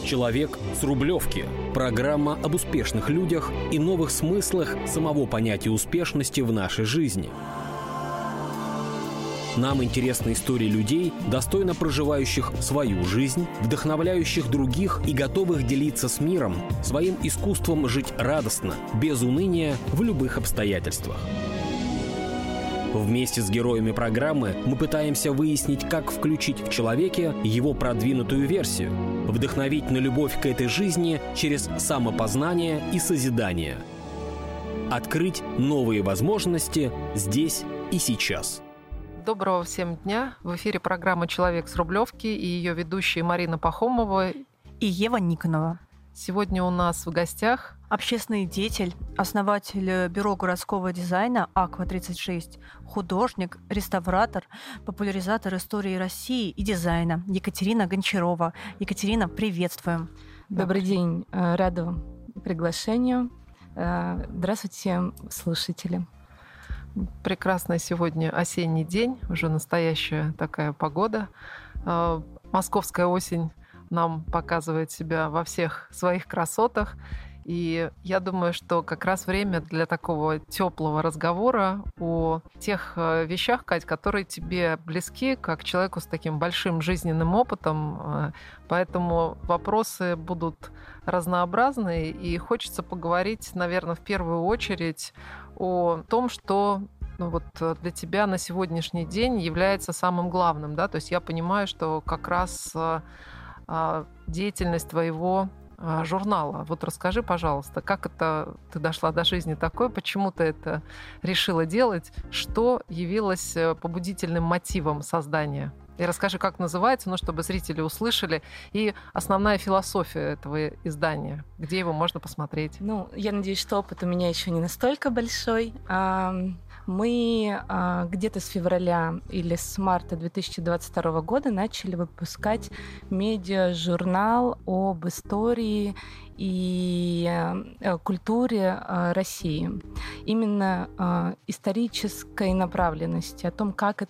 «Человек с Рублевки» – программа об успешных людях и новых смыслах самого понятия успешности в нашей жизни. Нам интересны истории людей, достойно проживающих свою жизнь, вдохновляющих других и готовых делиться с миром своим искусством жить радостно, без уныния, в любых обстоятельствах. Вместе с героями программы мы пытаемся выяснить, как включить в человеке его продвинутую версию, вдохновить на любовь к этой жизни через самопознание и созидание. Открыть новые возможности здесь и сейчас. Доброго всем дня! В эфире программа «Человек с Рублевки» и ее ведущие Марина Пахомова и Ева Никонова. Сегодня у нас в гостях общественный деятель, основатель бюро городского дизайна «Аква-36», художник, реставратор, популяризатор истории России и дизайна Екатерина Гончарова. Екатерина, приветствуем. Добрый день, рада приглашению. Здравствуйте, слушатели. Прекрасный сегодня осенний день, уже настоящая такая погода. Московская осень нам показывает себя во всех своих красотах. И я думаю, что как раз время для такого теплого разговора о тех вещах, Кать, которые тебе близки, как человеку с таким большим жизненным опытом. Поэтому вопросы будут разнообразные, и хочется поговорить, наверное, в первую очередь о том, что для тебя на сегодняшний день является самым главным. Да? То есть я понимаю, что как раз деятельность твоего журнала. Вот расскажи, пожалуйста, как это ты дошла до жизни такой, почему ты это решила делать, что явилось побудительным мотивом создания? И расскажи, как называется, чтобы зрители услышали, и основная философия этого издания, где его можно посмотреть. Я надеюсь, что опыт у меня еще не настолько большой. Мы где-то с февраля или с марта 2022 года начали выпускать медиа-журнал об истории и культуре России. Именно исторической направленности, о том,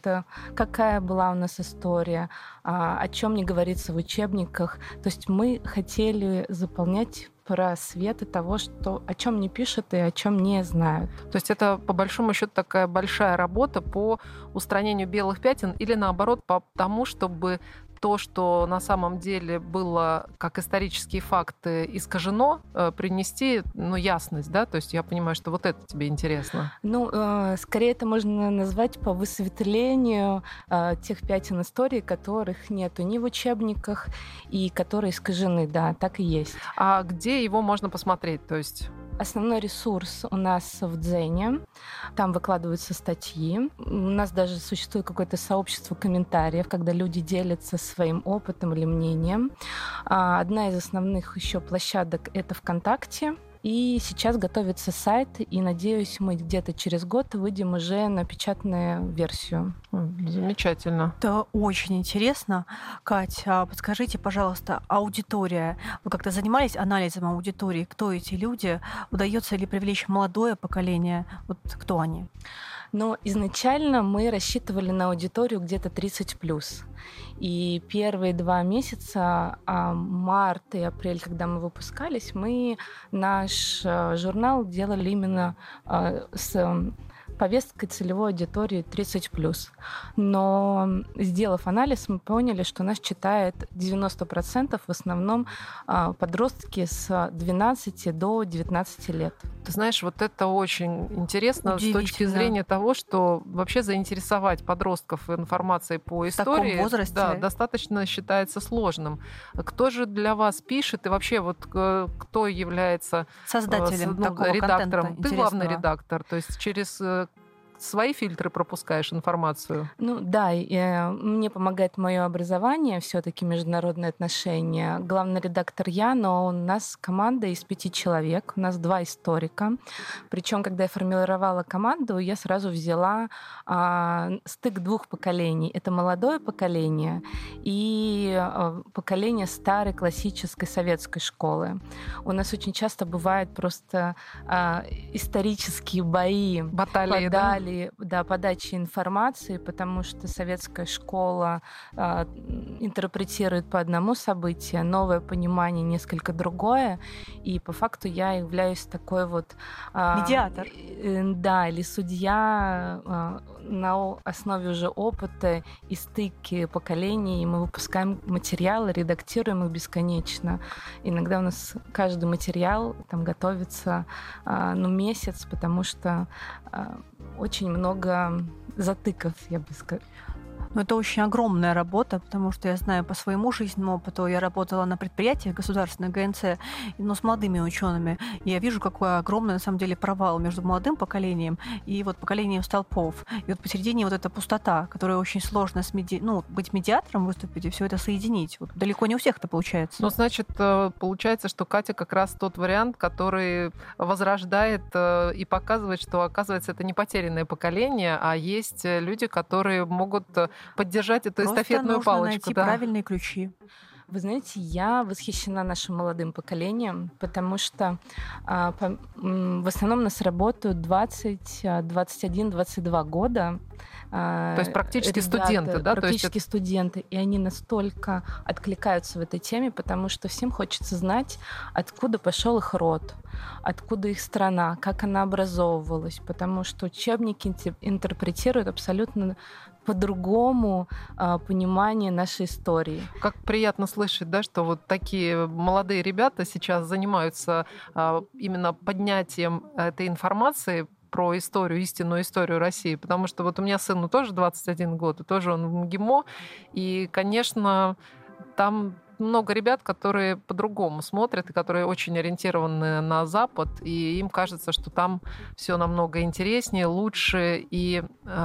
какая была у нас история, о чем не говорится в учебниках. То есть мы хотели заполнять просветы того, о чем не пишут и о чем не знают. То есть это, по большому счету, такая большая работа по устранению белых пятен или, наоборот, по тому, чтобы то, что на самом деле было как исторические факты искажено, принести ясность, да? То есть я понимаю, что вот это тебе интересно. Скорее это можно назвать по высветлению тех пятен истории, которых нету ни в учебниках и которые искажены, да, так и есть. А где его можно посмотреть? То есть... Основной ресурс у нас в Дзене. Там выкладываются статьи. У нас даже существует какое-то сообщество комментариев, когда люди делятся своим опытом или мнением. Одна из основных еще площадок — это ВКонтакте. И сейчас готовится сайт, и, надеюсь, мы где-то через год выйдем уже на печатную версию. Замечательно. Это очень интересно. Кать, подскажите, пожалуйста, аудитория. Вы как-то занимались анализом аудитории? Кто эти люди? Удается ли привлечь молодое поколение? Вот кто они? Изначально мы рассчитывали на аудиторию где-то 30+. И первые 2 месяца, март и апрель, когда мы выпускались, мы наш журнал делали именно с повесткой целевой аудитории 30+. Но, сделав анализ, мы поняли, что нас читает 90% в основном подростки с 12 до 19 лет. Ты знаешь, вот это очень интересно с точки зрения того, что вообще заинтересовать подростков информацией по истории в таком возрасте достаточно считается сложным. Кто же для вас пишет и вообще кто является создателем такого редактором? контента? Ты главный редактор, то есть через свои фильтры пропускаешь информацию? Да, мне помогает мое образование, все-таки международные отношения. Главный редактор я, но у нас команда из 5 человек, у нас 2 историка. Причем, когда я формировала команду, я сразу взяла стык 2 поколений. Это молодое поколение и поколение старой классической советской школы. У нас очень часто бывают просто исторические бои, баталии, роли подачи информации, потому что советская школа интерпретирует по одному событию, новое понимание несколько другое, и по факту я являюсь такой вот... Медиатор. Да, или судья на основе уже опыта и стыки поколений. И мы выпускаем материалы, редактируем их бесконечно. Иногда у нас каждый материал там готовится месяц, потому что очень много затыков, я бы сказала. Но это очень огромная работа, потому что я знаю по своему жизненному опыту, я работала на предприятиях государственных ГНЦ, но с молодыми учеными. И я вижу, какой огромный на самом деле провал между молодым поколением и вот поколением столпов. И вот посередине вот эта пустота, которая очень сложно быть медиатором, выступить и все это соединить. Вот далеко не у всех это получается. Ну, значит, получается, что Катя как раз тот вариант, который возрождает и показывает, что, оказывается, это не потерянное поколение, а есть люди, которые могут поддержать эту эстафетную палочку. Найти правильные ключи. Вы знаете, я восхищена нашим молодым поколением, потому что в основном у нас работают 20, 21, 22 года. То есть практически студенты, да? Практически студенты. И они настолько откликаются в этой теме, потому что всем хочется знать, откуда пошел их род, откуда их страна, как она образовывалась, потому что учебники интерпретируют абсолютно по-другому понимание нашей истории. Как приятно слышать, да, что вот такие молодые ребята сейчас занимаются именно поднятием этой информации про историю, истинную историю России. Потому что вот у меня сыну тоже 21 год, и тоже он в МГИМО. И, конечно, там много ребят, которые по-другому смотрят и которые очень ориентированы на Запад, и им кажется, что там все намного интереснее, лучше, и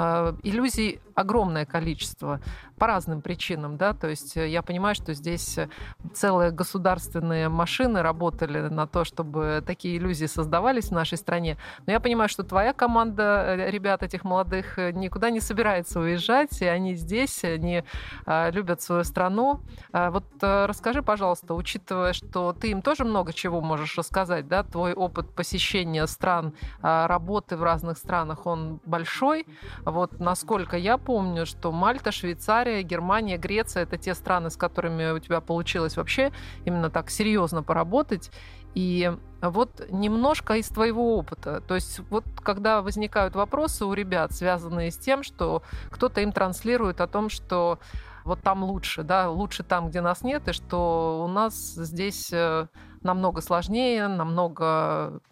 иллюзий огромное количество по разным причинам, да, то есть я понимаю, что здесь целые государственные машины работали на то, чтобы такие иллюзии создавались в нашей стране, но я понимаю, что твоя команда ребят этих молодых никуда не собирается уезжать, и они здесь, они любят свою страну. Вот расскажи, пожалуйста, учитывая, что ты им тоже много чего можешь рассказать, да, твой опыт посещения стран, работы в разных странах, он большой, вот насколько я помню, что Мальта, Швейцария, Германия, Греция — это те страны, с которыми у тебя получилось вообще именно так серьезно поработать. И вот немножко из твоего опыта. То есть вот когда возникают вопросы у ребят, связанные с тем, что кто-то им транслирует о том, что вот там лучше, да, лучше там, где нас нет, и что у нас здесь намного сложнее, намного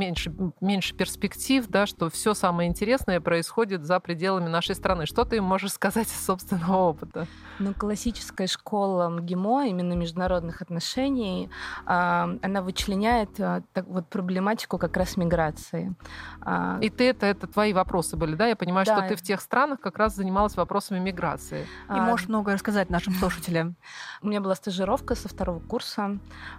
меньше перспектив, да, что все самое интересное происходит за пределами нашей страны. Что ты можешь сказать из собственного опыта? Ну, классическая школа МГИМО, именно международных отношений, она вычленяет проблематику как раз миграции. И это твои вопросы были, да? Я понимаю, да, что ты в тех странах как раз занималась вопросами миграции. И можешь многое рассказать нашим слушателям. У меня была стажировка со 2-го курса.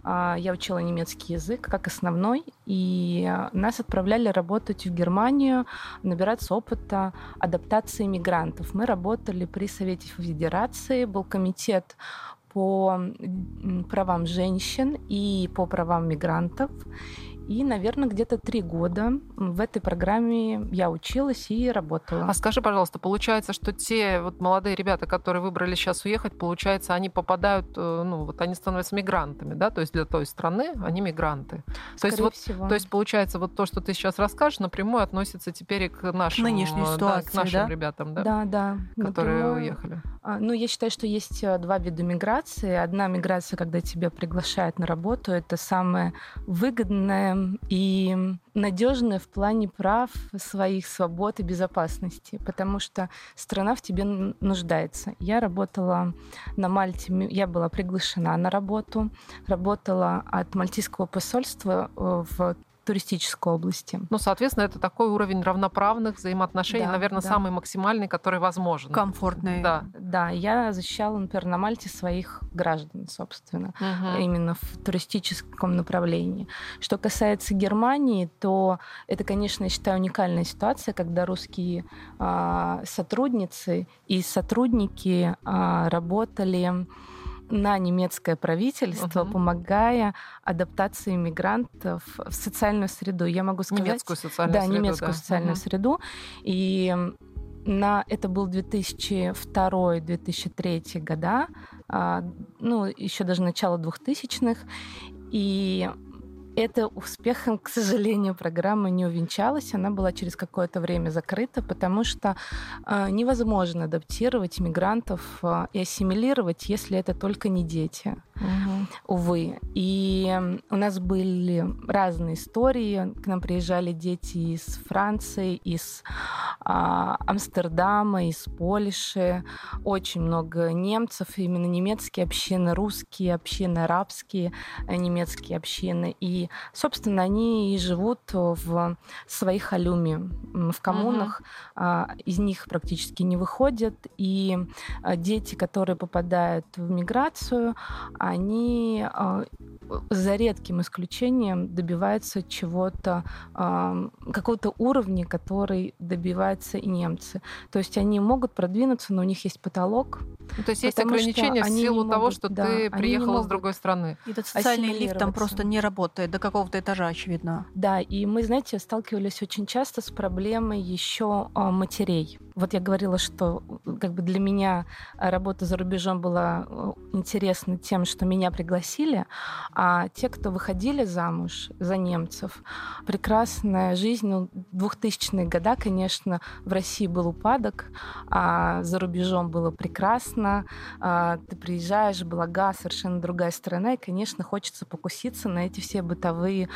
Я учила немецкий язык как основной, и нас отправляли работать в Германию, набираться опыта адаптации мигрантов. Мы работали при Совете Федерации, был комитет по правам женщин и по правам мигрантов. И, наверное, где-то 3 года в этой программе я училась и работала. А скажи, пожалуйста, получается, что те вот молодые ребята, которые выбрали сейчас уехать, получается, они попадают, они становятся мигрантами, да? То есть для той страны они мигранты. Скорее всего. То есть, получается, вот то, что ты сейчас расскажешь, напрямую относится теперь и к нашим, нынешней ситуации, к нашим ребятам, да? Да. Которые напрямую уехали. Я считаю, что есть 2 вида миграции. Одна миграция, когда тебя приглашают на работу, это самая выгодная и надежная в плане прав, своих свобод и безопасности, потому что страна в тебе нуждается. Я работала на Мальте, я была приглашена на работу, работала от Мальтийского посольства в туристической области. Соответственно, это такой уровень равноправных взаимоотношений, наверное, самый максимальный, который возможен. Комфортный. Да, я защищала, например, на Мальте своих граждан, собственно, именно в туристическом направлении. Что касается Германии, то это, конечно, я считаю, уникальная ситуация, когда русские сотрудницы и сотрудники работали на немецкое правительство, помогая адаптации мигрантов в социальную среду. Я могу сказать... Немецкую социальную среду. Немецкую социальную среду. И это был 2002-2003 года, еще даже начало 2000-х. И это успехом, к сожалению, программа не увенчалась. Она была через какое-то время закрыта, потому что невозможно адаптировать мигрантов и ассимилировать, если это только не дети. Увы. И у нас были разные истории. К нам приезжали дети из Франции, из Амстердама, из Польши. Очень много немцев, именно немецкие общины, русские общины, арабские немецкие общины. И, собственно, они и живут в своих халюме, в коммунах. Из них практически не выходят. И дети, которые попадают в миграцию, они за редким исключением добиваются чего-то, какого-то уровня, который добиваются и немцы. То есть они могут продвинуться, но у них есть потолок. То есть есть ограничения в силу того, что ты приехала с другой страны. И этот социальный лифт там просто не работает до какого-то этажа, очевидно. Да, и мы, знаете, сталкивались очень часто с проблемой еще матерей. Вот я говорила, что для меня работа за рубежом была интересна тем, что меня пригласили, а те, кто выходили замуж за немцев, прекрасная жизнь. 2000-е годы, конечно, в России был упадок, а за рубежом было прекрасно. Ты приезжаешь, блага, совершенно другая страна, и, конечно, хочется покуситься на эти все бытовые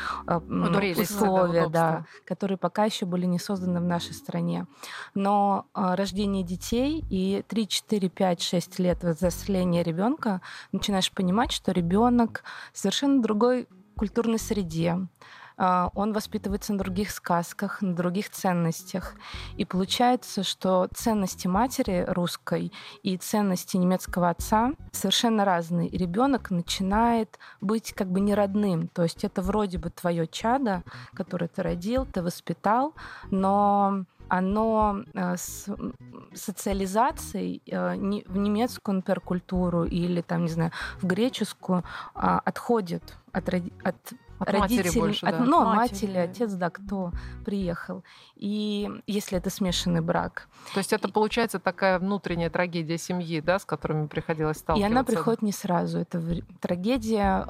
условия, которые пока еще были не созданы в нашей стране. Но рождение детей и 3, 4, 5, 6 лет взросления ребенка начинаешь понимать, что ребенок в совершенно другой культурной среде. Он воспитывается на других сказках, на других ценностях. И получается, что ценности матери русской и ценности немецкого отца совершенно разные. И ребенок начинает быть не родным. То есть это вроде бы твое чадо, которое ты родил, ты воспитал, но оно с социализацией в немецкую, например, культуру или, в греческую отходит от родителей, матери больше, да. Матери, отец, кто приехал. И если это смешанный брак. То есть это получается такая внутренняя трагедия семьи, да, с которыми приходилось сталкиваться? И она приходит не сразу. Это трагедия.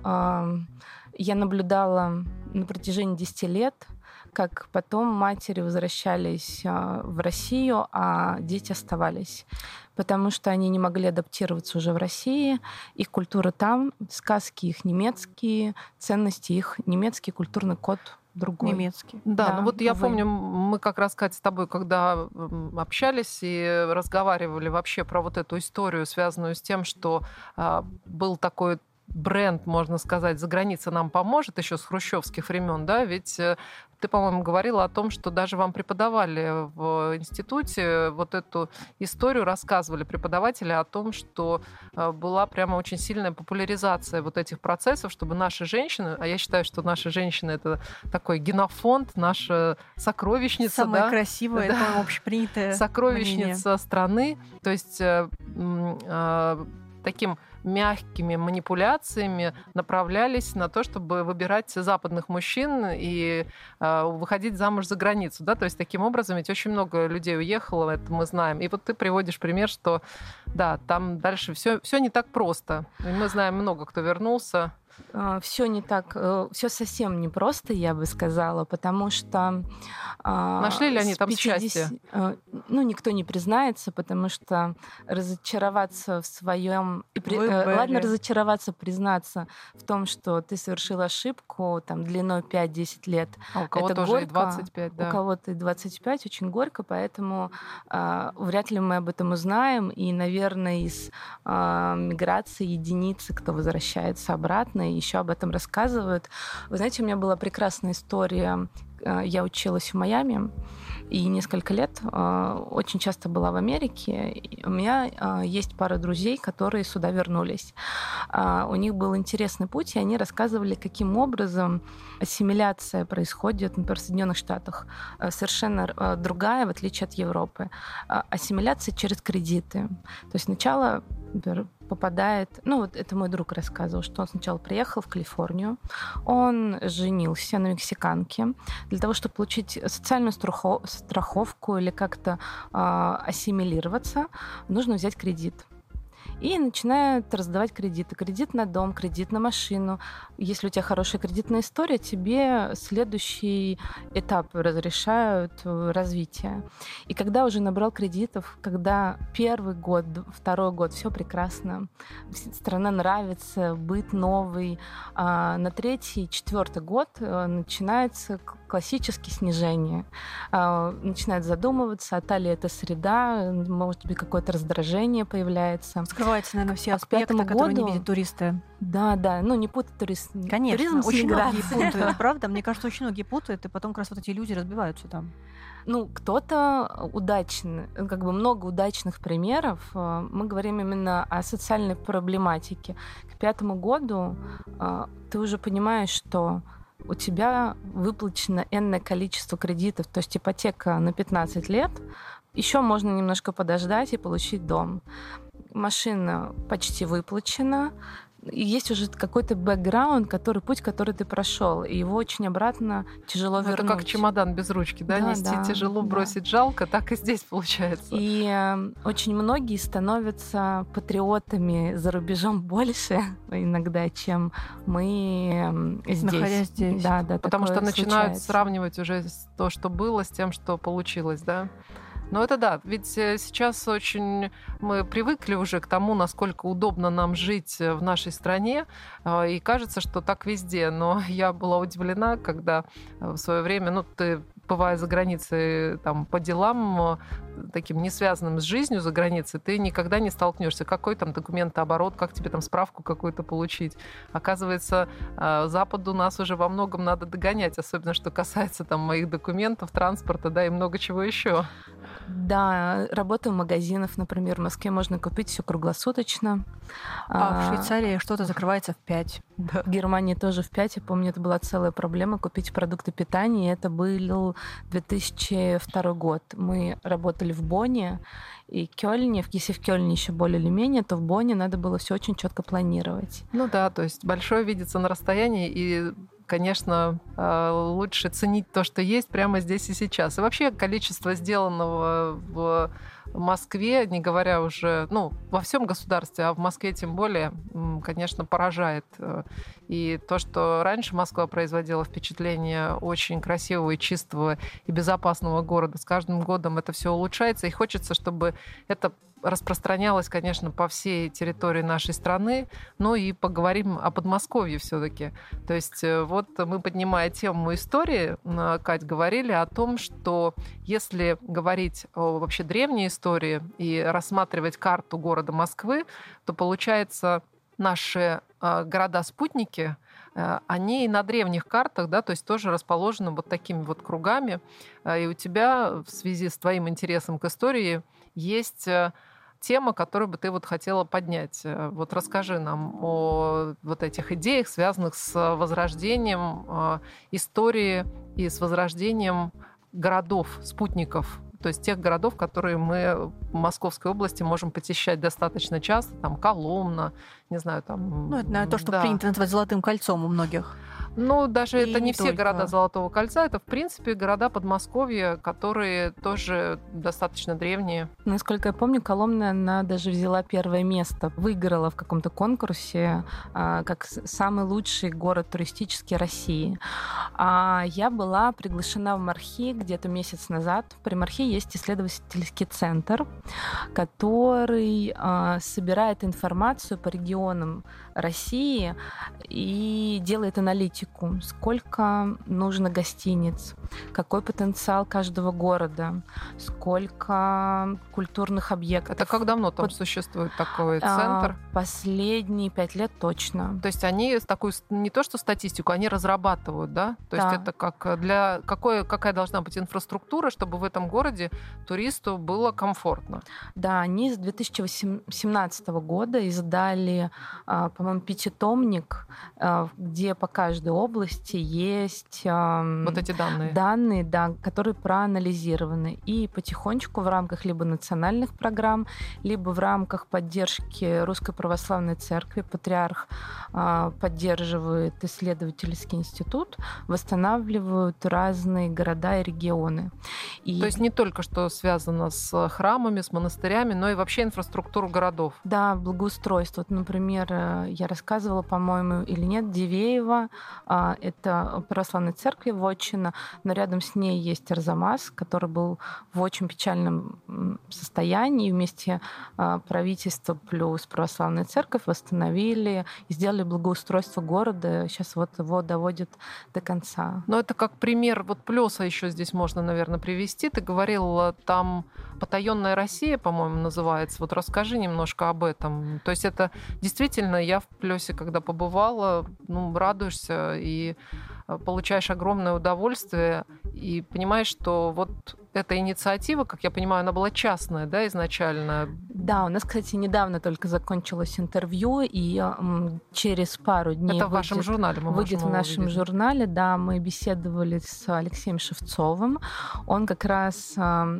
Я наблюдала на протяжении 10 лет, как потом матери возвращались в Россию, а дети оставались. Потому что они не могли адаптироваться уже в России. Их культура там, сказки их немецкие, ценности их немецкий, культурный код другой. Немецкий. Да, я помню, мы как раз, Катя, с тобой, когда общались и разговаривали вообще про вот эту историю, связанную с тем, что был такой бренд, можно сказать, «За граница нам поможет» еще с хрущевских времен, да, ведь ты, по-моему, говорила о том, что даже вам преподавали в институте вот эту историю, рассказывали преподаватели о том, что была прямо очень сильная популяризация вот этих процессов, чтобы наши женщины, а я считаю, что наши женщины — это такой генофонд, наша сокровищница. Самая красивая, да, это общепринятое сокровищница мнение страны. То есть таким мягкими манипуляциями направлялись на то, чтобы выбирать западных мужчин и выходить замуж за границу. Да? То есть таким образом ведь очень много людей уехало, это мы знаем. И вот ты приводишь пример, что да, там дальше все не так просто. И мы знаем много, кто вернулся. Все не так, все совсем непросто, я бы сказала, потому что... Нашли ли они там счастье? Никто не признается, потому что разочароваться в своем... Ладно разочароваться, признаться в том, что ты совершил ошибку длиной 5-10 лет. А у кого-то уже и 25, да. У кого-то и 25, очень горько, поэтому вряд ли мы об этом узнаем. И, наверное, из миграции единицы, кто возвращается обратно, и еще об этом рассказывают. Вы знаете, у меня была прекрасная история. Я училась в Майами и несколько лет очень часто была в Америке. И у меня есть пара друзей, которые сюда вернулись. У них был интересный путь, и они рассказывали, каким образом ассимиляция происходит, например, в Соединенных Штатах. Совершенно другая, в отличие от Европы. Ассимиляция через кредиты. То есть сначала, например, попадает... Ну, вот это мой друг рассказывал, что он сначала приехал в Калифорнию, он женился на мексиканке. Для того, чтобы получить социальную страховку или как-то ассимилироваться, нужно взять кредит. И начинают раздавать кредиты. Кредит на дом, кредит на машину. Если у тебя хорошая кредитная история, тебе следующий этап разрешают развитие. И когда уже набрал кредитов, когда первый год, второй год, все прекрасно, страна нравится, быт новый, а на третий, четвертый год начинается классические снижения. Начинают задумываться, а та ли это среда, может быть, какое-то раздражение появляется. Скрывается, наверное, все аспекты, которые не видят туристы. Да, ну не путать турист. Конечно, туризм очень многие путают, правда? Мне кажется, очень многие путают, и потом как раз вот эти люди разбиваются там. Ну, кто-то удачный, как бы много удачных примеров. Мы говорим именно о социальной проблематике. К 5-му году ты уже понимаешь, что у тебя выплачено энное количество кредитов, то есть ипотека на 15 лет, еще можно немножко подождать и получить дом. Машина почти выплачена, и есть уже какой-то бэкграунд, путь, который ты прошел, и его очень обратно тяжело вернуть. Это как чемодан без ручки, да? Нести тяжело, бросить жалко, так и здесь получается. И очень многие становятся патриотами за рубежом больше иногда, чем мы здесь. Находясь здесь. Да, потому что начинают случается. сравнивать уже то, что было, с тем, что получилось, да? Ну это да, ведь сейчас очень мы привыкли уже к тому, насколько удобно нам жить в нашей стране, и кажется, что так везде. Но я была удивлена, когда в свое время, ты бывая за границей там, по делам, таким не связанным с жизнью за границей, ты никогда не столкнешься. Какой там документооборот, как тебе там справку какую-то получить. Оказывается, Западу нас уже во многом надо догонять, особенно что касается там моих документов, транспорта, да, и много чего еще. Да, работа в магазинах, например, в Москве можно купить все круглосуточно. А в Швейцарии что-то закрывается в 5. Да. В Германии тоже в 5. Я помню, это была целая проблема купить продукты питания. Это был 2002 год. Мы работали в Бонне и Кёльне. Если в Кёльне еще более или менее, то в Бонне надо было все очень четко планировать. Ну да, то есть большое видится на расстоянии, и конечно, лучше ценить то, что есть прямо здесь и сейчас. И вообще количество сделанного в Москве, не говоря уже, во всем государстве, а в Москве тем более, конечно, поражает. И то, что раньше Москва производила впечатление очень красивого и чистого и безопасного города, с каждым годом это все улучшается, и хочется, чтобы это распространялось, конечно, по всей территории нашей страны, но и поговорим о Подмосковье все-таки. То есть вот мы, поднимая тему истории, Кать, говорили о том, что если говорить о вообще древней истории и рассматривать карту города Москвы, то получается наши города-спутники, они и на древних картах, да, то есть тоже расположены вот такими вот кругами. И у тебя в связи с твоим интересом к истории есть тема, которую бы ты вот хотела поднять. Вот расскажи нам о вот этих идеях, связанных с возрождением истории и с возрождением городов, спутников, то есть тех городов, которые мы в Московской области можем посещать достаточно часто, там Коломна, не знаю, там... Это, наверное, то, что принято называть Золотым кольцом у многих. Даже И это не все только. города Золотого кольца, это, в принципе, города Подмосковья, которые тоже достаточно древние. Насколько я помню, Коломна, она даже взяла первое место, выиграла в каком-то конкурсе как самый лучший город туристический России. А я была приглашена в МАРХИ где-то месяц назад. При МАРХИ есть исследовательский центр, который собирает информацию по регионам России и делает аналитику. Сколько нужно гостиниц, какой потенциал каждого города, сколько культурных объектов. Это как давно там существует такой центр? Последние 5 лет точно. То есть они такую, не то что статистику, они разрабатывают, да? То есть это как какая должна быть инфраструктура, чтобы в этом городе туристу было комфортно? Да, они с 2017 года издали, по-моему, 5-томник, где по каждой области есть Вот эти данные. Данные, да, которые проанализированы. И потихонечку в рамках либо национальных программ, либо в рамках поддержки Русской Православной Церкви, патриарх поддерживает исследовательский институт, восстанавливают разные города и регионы. То есть не только что связано с храмами, с монастырями, но и вообще инфраструктуру городов. Да, благоустройство. Вот, например, я рассказывала, по-моему, или нет, Дивеево, это православная церковь вотчина, но рядом с ней есть Арзамас, который был в очень печальном состоянии. И вместе правительство плюс православная церковь восстановили и сделали благоустройство города. Сейчас вот его доводят до конца. Но это как пример, вот Плёса еще здесь можно, наверное, привести. Ты говорил, там «Потаённая Россия», по-моему, называется. Вот расскажи немножко об этом. То есть это действительно, я в Плёсе, когда побывала, радуешься и получаешь огромное удовольствие и понимаешь, что вот эта инициатива, как я понимаю, она была частная, да, изначально? Да, у нас, кстати, недавно только закончилось интервью, и через пару дней это в вашем журнале мы выйдет в нашем увидеть. Журнале. Да, мы беседовали с Алексеем Шевцовым. Он как раз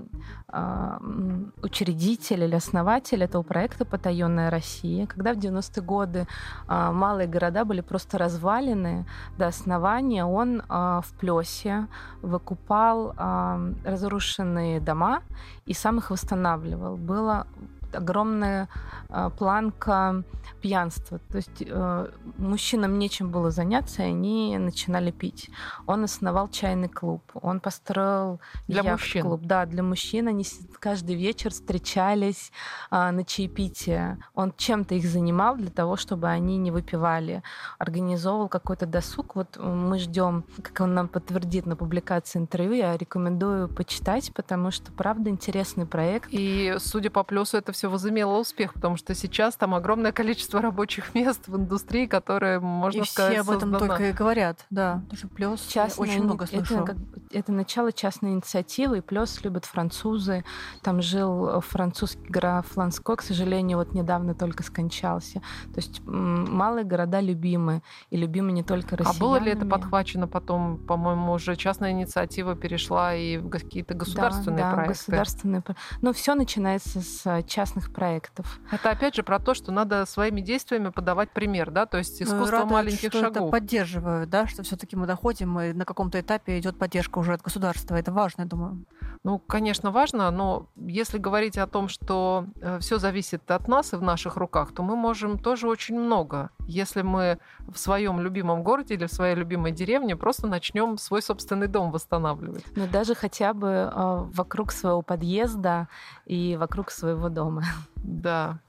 учредитель или основатель этого проекта «Потаённая Россия». Когда в 90-е годы малые города были просто развалены до основания, он в Плёсе выкупал разрушенные дома и сам их восстанавливал. Была огромная планка пьянства. То есть мужчинам нечем было заняться, и они начинали пить. Он основал чайный клуб, он построил яхт-клуб. Да, для мужчин. Они каждый вечер встречались на чаепитие. Он чем-то их занимал для того, чтобы они не выпивали. Организовывал какой-то досуг. Вот мы ждем, как он нам подтвердит на публикации интервью. Я рекомендую почитать, потому что, правда, интересный проект. И, судя по Плёсу, это все возымело успех, потому что сейчас там огромное количество рабочих мест в индустрии, которые, можно сказать, все об этом создано. только и говорят. Да, потому что Плёс очень много слышу. Это начало частной инициативы, и Плёс любят французы. Там жил французский граф Ланской, к сожалению, вот недавно только скончался. То есть малые города любимы, и любимы не только россиянами. А было ли это подхвачено потом, по-моему, уже частная инициатива перешла и в какие-то государственные проекты? Государственные. Но все начинается с частных проектов. Это опять же про то, что надо своими действиями подавать пример, да, то есть искусство маленьких что шагов. Это поддерживаю, да, что все-таки мы доходим, и на каком-то этапе идет поддержка уже от государства. Это важно, я думаю. Ну, конечно, важно, но если говорить о том, что все зависит от нас и в наших руках, то мы можем тоже очень много. Если мы в своем любимом городе или в своей любимой деревне просто начнем свой собственный дом восстанавливать. Ну, даже хотя бы вокруг своего подъезда и вокруг своего дома. Да.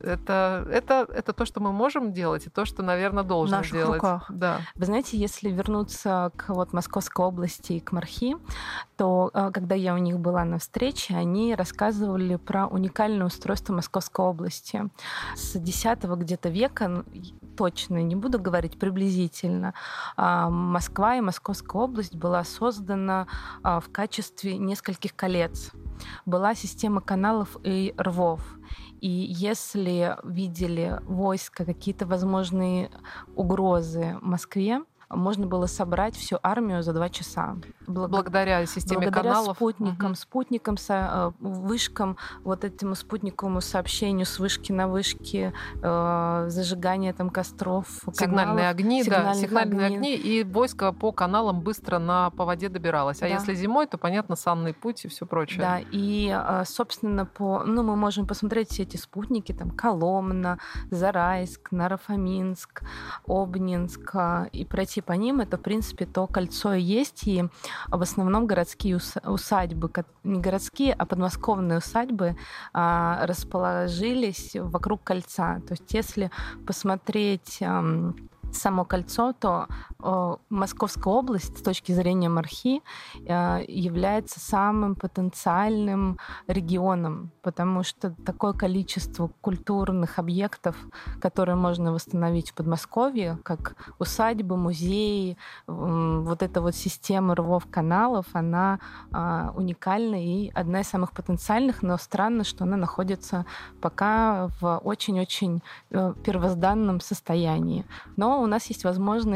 Это то, что мы можем делать, и то, что, наверное, должны в наших делать. руках. Да. Вы знаете, если вернуться к Московской области и к МАРХИ, то когда я у них была на встрече, они рассказывали про уникальное устройство Московской области. С X где-то века, точно не буду говорить, приблизительно, Москва и Московская область была создана в качестве нескольких колец. Была система каналов и рвов. И если видели войска, какие-то возможные угрозы Москве, можно было собрать всю армию за 2 часа. Благодаря системе благодаря каналов. спутникам, вышкам, вот этому спутниковому сообщению с вышки на вышке, зажигание там костров, Сигнальные огни, сигнальные огни. огни, и войско по каналам быстро по воде добиралось. А Да. если зимой, то, понятно, санный путь и все прочее. Да, и, собственно, мы можем посмотреть все эти спутники, там, Коломна, Зарайск, Наро-Фоминск, Обнинск, и пройти по ним. Это, в принципе, то кольцо и есть, и в основном городские усадьбы, не городские, а подмосковные усадьбы расположились вокруг кольца. То есть если посмотреть само кольцо, то Московская область с точки зрения МАРХИ является самым потенциальным регионом, потому что такое количество культурных объектов, которые можно восстановить в Подмосковье, как усадьбы, музеи, вот эта вот система рвов-каналов, она уникальна и одна из самых потенциальных, но странно, что она находится пока в очень-очень первозданном состоянии. Но у нас есть возможность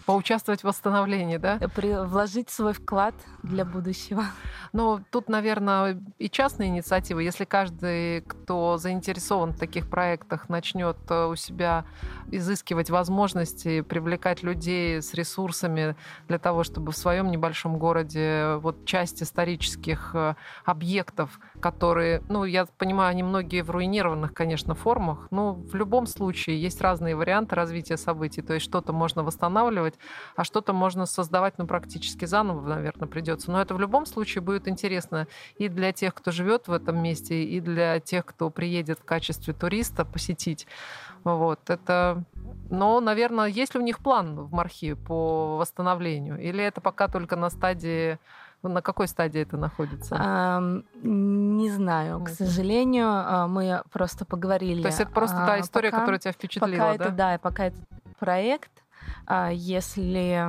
Поучаствовать в восстановлении, да? Вложить свой вклад для будущего. Ну, тут, наверное, и частные инициативы. Если каждый, кто заинтересован в таких проектах, начнет у себя изыскивать возможности, привлекать людей с ресурсами для того, чтобы в своем небольшом городе вот часть исторических объектов, которые, ну, я понимаю, они многие в руинированных, конечно, формах, но в любом случае есть разные варианты развития событий. То есть что-то можно восстанавливать, а что-то можно создавать, ну, практически заново, наверное, придется. Но это в любом случае будет интересно и для тех, кто живет в этом месте, и для тех, кто приедет в качестве туриста посетить. Вот. Это... Но, наверное, есть ли у них план в МАРХИ по восстановлению? Или это пока только на стадии... На какой стадии это находится? Не знаю. К сожалению, мы просто поговорили. То есть это просто та история, которая тебя впечатлила, да? Пока это проект. Если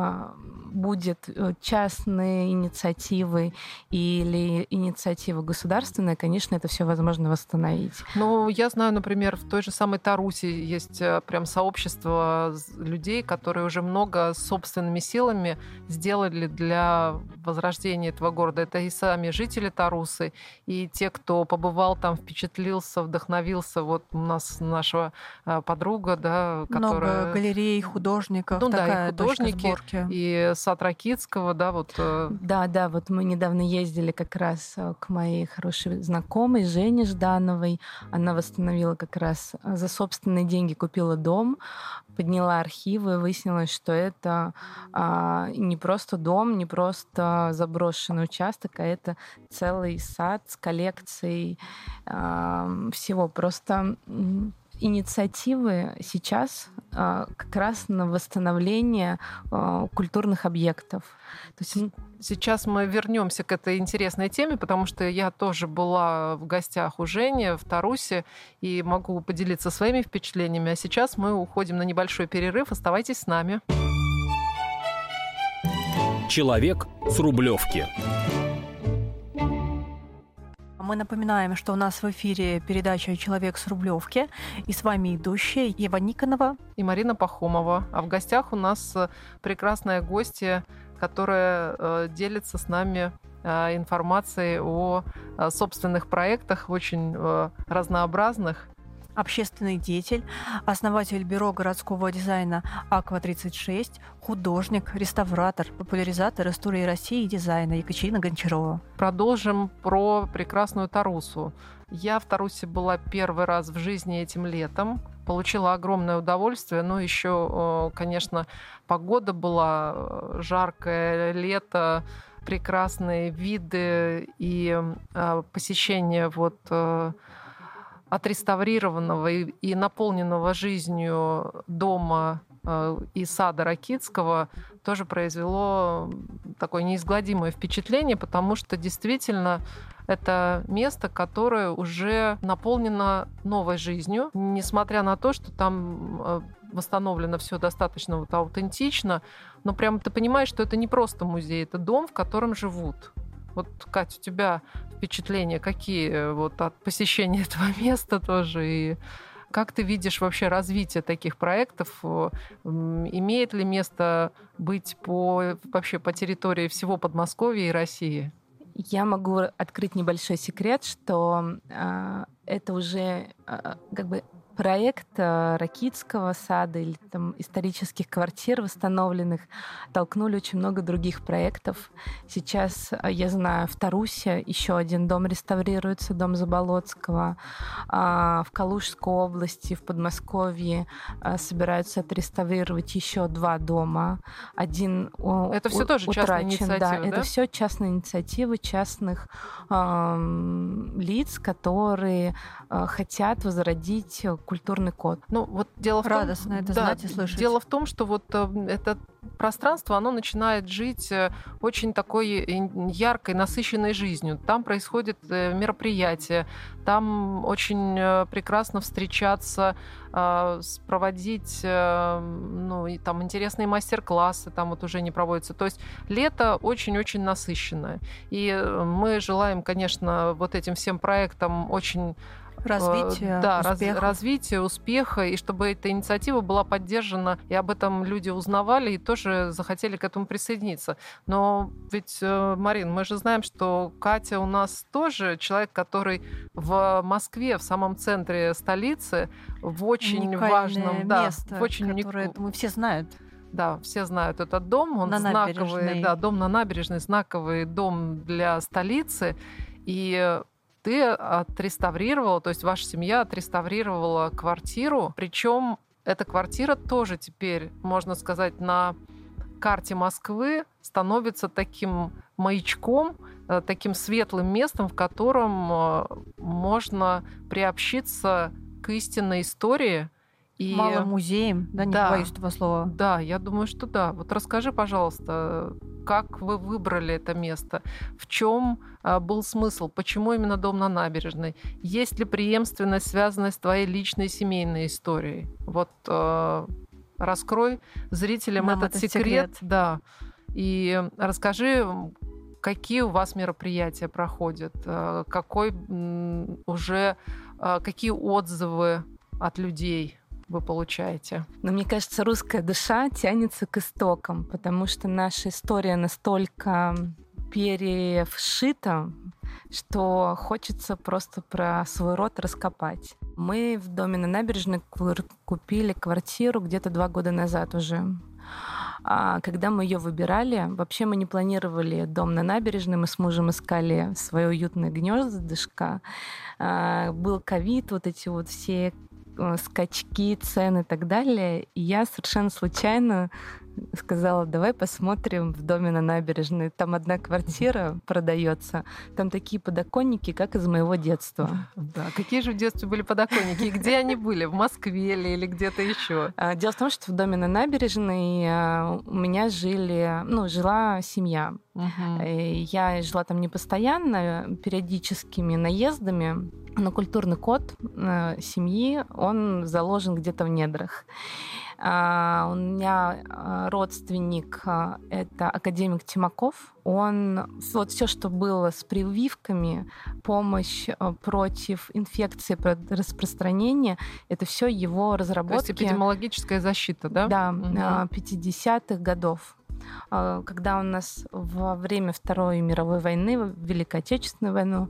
будет частные инициативы или инициатива государственная, конечно, это все возможно восстановить. Ну, я знаю, например, в той же самой Тарусе есть прям сообщество людей, которые уже много собственными силами сделали для возрождения этого города. Это и сами жители Тарусы, и те, кто побывал там, впечатлился, вдохновился. Вот у нас наша подруга, да, которая... Много галерей, художников, ну, такая да, и художники, точка сборки. И Сад Ракитского, да, вот. Да, вот мы недавно ездили как раз к моей хорошей знакомой Жене Ждановой. Она восстановила как раз за собственные деньги, купила дом, подняла архивы, и выяснилось, что это не просто дом, не просто заброшенный участок, а это целый сад с коллекцией всего. Просто инициативы сейчас как раз на восстановление культурных объектов. То есть сейчас мы вернемся к этой интересной теме, потому что я тоже была в гостях у Жени в Тарусе и могу поделиться своими впечатлениями. А сейчас мы уходим на небольшой перерыв. Оставайтесь с нами. Человек с Рублевки. Мы напоминаем, что у нас в эфире передача «Человек с Рублевки». И с вами идущая Ева Никонова и Марина Пахомова. А в гостях у нас прекрасная гостья, которая делится с нами информацией о собственных проектах, очень разнообразных. Общественный деятель, основатель бюро городского дизайна «Аква-36», художник, реставратор, популяризатор истории России и дизайна Екатерина Гончарова. Продолжим про прекрасную Тарусу. Я в Тарусе была первый раз в жизни этим летом. Получила огромное удовольствие. Но еще, конечно, погода была жаркое лето, прекрасные виды и посещение вот отреставрированного и наполненного жизнью дома и сада Ракитского тоже произвело такое неизгладимое впечатление, потому что действительно это место, которое уже наполнено новой жизнью, несмотря на то, что там восстановлено все достаточно вот аутентично, но прямо ты понимаешь, что это не просто музей, это дом, в котором живут. Вот, Катя, у тебя впечатления какие вот от посещения этого места тоже? И как ты видишь вообще развитие таких проектов? Имеет ли место быть вообще по территории всего Подмосковья и России? Я могу открыть небольшой секрет, что это уже как бы проект Ракитского сада или там исторических квартир восстановленных толкнули очень много других проектов. Сейчас, я знаю, в Тарусе еще один дом реставрируется, дом Заболоцкого. В Калужской области, в Подмосковье собираются отреставрировать еще 2 дома. Один это все тоже частные инициативы, да? Это все частные инициативы частных лиц, которые хотят возродить культурный код. Ну, вот дело в радостно том, это знать и слышать. Дело в том, что вот это пространство, оно начинает жить очень такой яркой, насыщенной жизнью. Там происходят мероприятия, там очень прекрасно встречаться, проводить, ну, и там интересные мастер-классы, там вот уже не проводятся. То есть лето очень-очень насыщенное. И мы желаем, конечно, вот этим всем проектам очень развития, развития, успеха, и чтобы эта инициатива была поддержана, и об этом люди узнавали, и тоже захотели к этому присоединиться. Но ведь, Марин, мы же знаем, что Катя у нас тоже человек, который в Москве, в самом центре столицы, в очень важном место, в очень которое, думаю, все знают. Да, все знают этот дом, он знаковый, дом на набережной, знаковый дом для столицы, и ты отреставрировала, то есть ваша семья отреставрировала квартиру, причем эта квартира тоже теперь, можно сказать, на карте Москвы становится таким маячком, таким светлым местом, в котором можно приобщиться к истинной истории. И малым музеем, да, не боюсь этого слова. Да, я думаю, что да. Вот расскажи, пожалуйста, как вы выбрали это место? В чем был смысл? Почему именно дом на набережной? Есть ли преемственность, связанная с твоей личной семейной историей? Вот раскрой зрителям этот секрет. Да. И расскажи, какие у вас мероприятия проходят, какие отзывы от людей вы получаете? Но мне кажется, русская душа тянется к истокам, потому что наша история настолько перевшита, что хочется просто про свой род раскопать. Мы в доме на набережной купили квартиру где-то 2 года назад уже. А когда мы ее выбирали, вообще мы не планировали дом на набережной, мы с мужем искали свое уютное гнездышко. Был ковид, вот эти вот все скачки, цены и так далее. И я совершенно случайно сказала, давай посмотрим в доме на набережной. Там одна квартира продается. Там такие подоконники, как из моего детства. Да, какие же в детстве были подоконники? И где они были? В Москве или где-то еще? Дело в том, что в доме на набережной у меня жила семья. Я жила там не постоянно, периодическими наездами, но культурный код семьи, он заложен где-то в недрах. У меня родственник — это академик Тимаков. Он вот все, что было с прививками, помощь против инфекции, распространения, это все его разработки. То есть эпидемиологическая защита, да? Да, 50-х годов. Когда у нас во время Второй мировой войны, Великой Отечественной войны,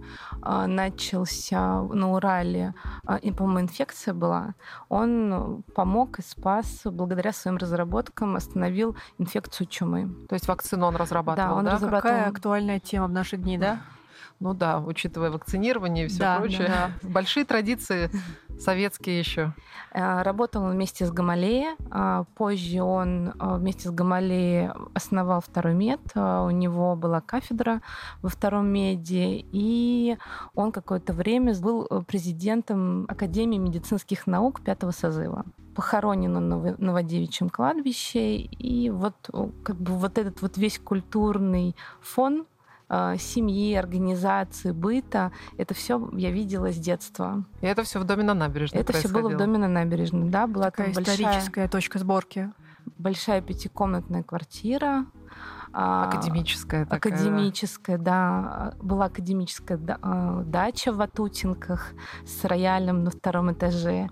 начался на Урале, и, по-моему, инфекция была, он помог и спас, благодаря своим разработкам, остановил инфекцию чумы. То есть вакцину он разрабатывал, да? Он разрабатывал. Какая актуальная тема в наши дни, да? Ну да, учитывая вакцинирование и все прочее. Да. Большие традиции советские еще. Работал он вместе с Гамалеей. Позже он вместе с Гамалеей основал второй мед. У него была кафедра во втором меде. И он какое-то время был президентом Академии медицинских наук 5-го созыва. Похоронен он на Новодевичьем кладбище. И вот этот вот весь культурный фон семьи, организации, быта. Это все я видела с детства. И это все в доме на набережной. Это все было в доме на набережной, да, была такая историческая точка сборки. Большая 5-комнатная квартира. Академическая такая. Академическая, да. Была академическая дача в Ватутинках с роялем на 2-м этаже.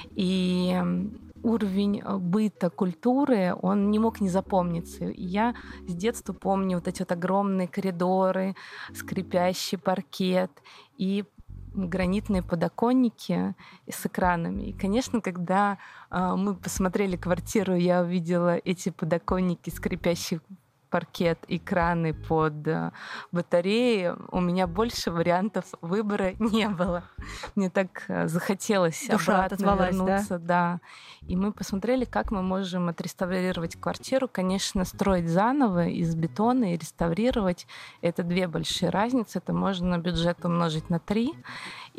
И уровень быта, культуры, он не мог не запомниться. И я с детства помню вот эти вот огромные коридоры, скрипящий паркет и гранитные подоконники с экранами. И, конечно, когда мы посмотрели квартиру, я увидела эти подоконники, скрипящий паркет, экраны под батареи, у меня больше вариантов выбора не было. Мне так захотелось обратно вернуться. Да? И мы посмотрели, как мы можем отреставрировать квартиру. Конечно, строить заново из бетона и реставрировать — это 2 большие разницы. Это можно бюджет умножить на 3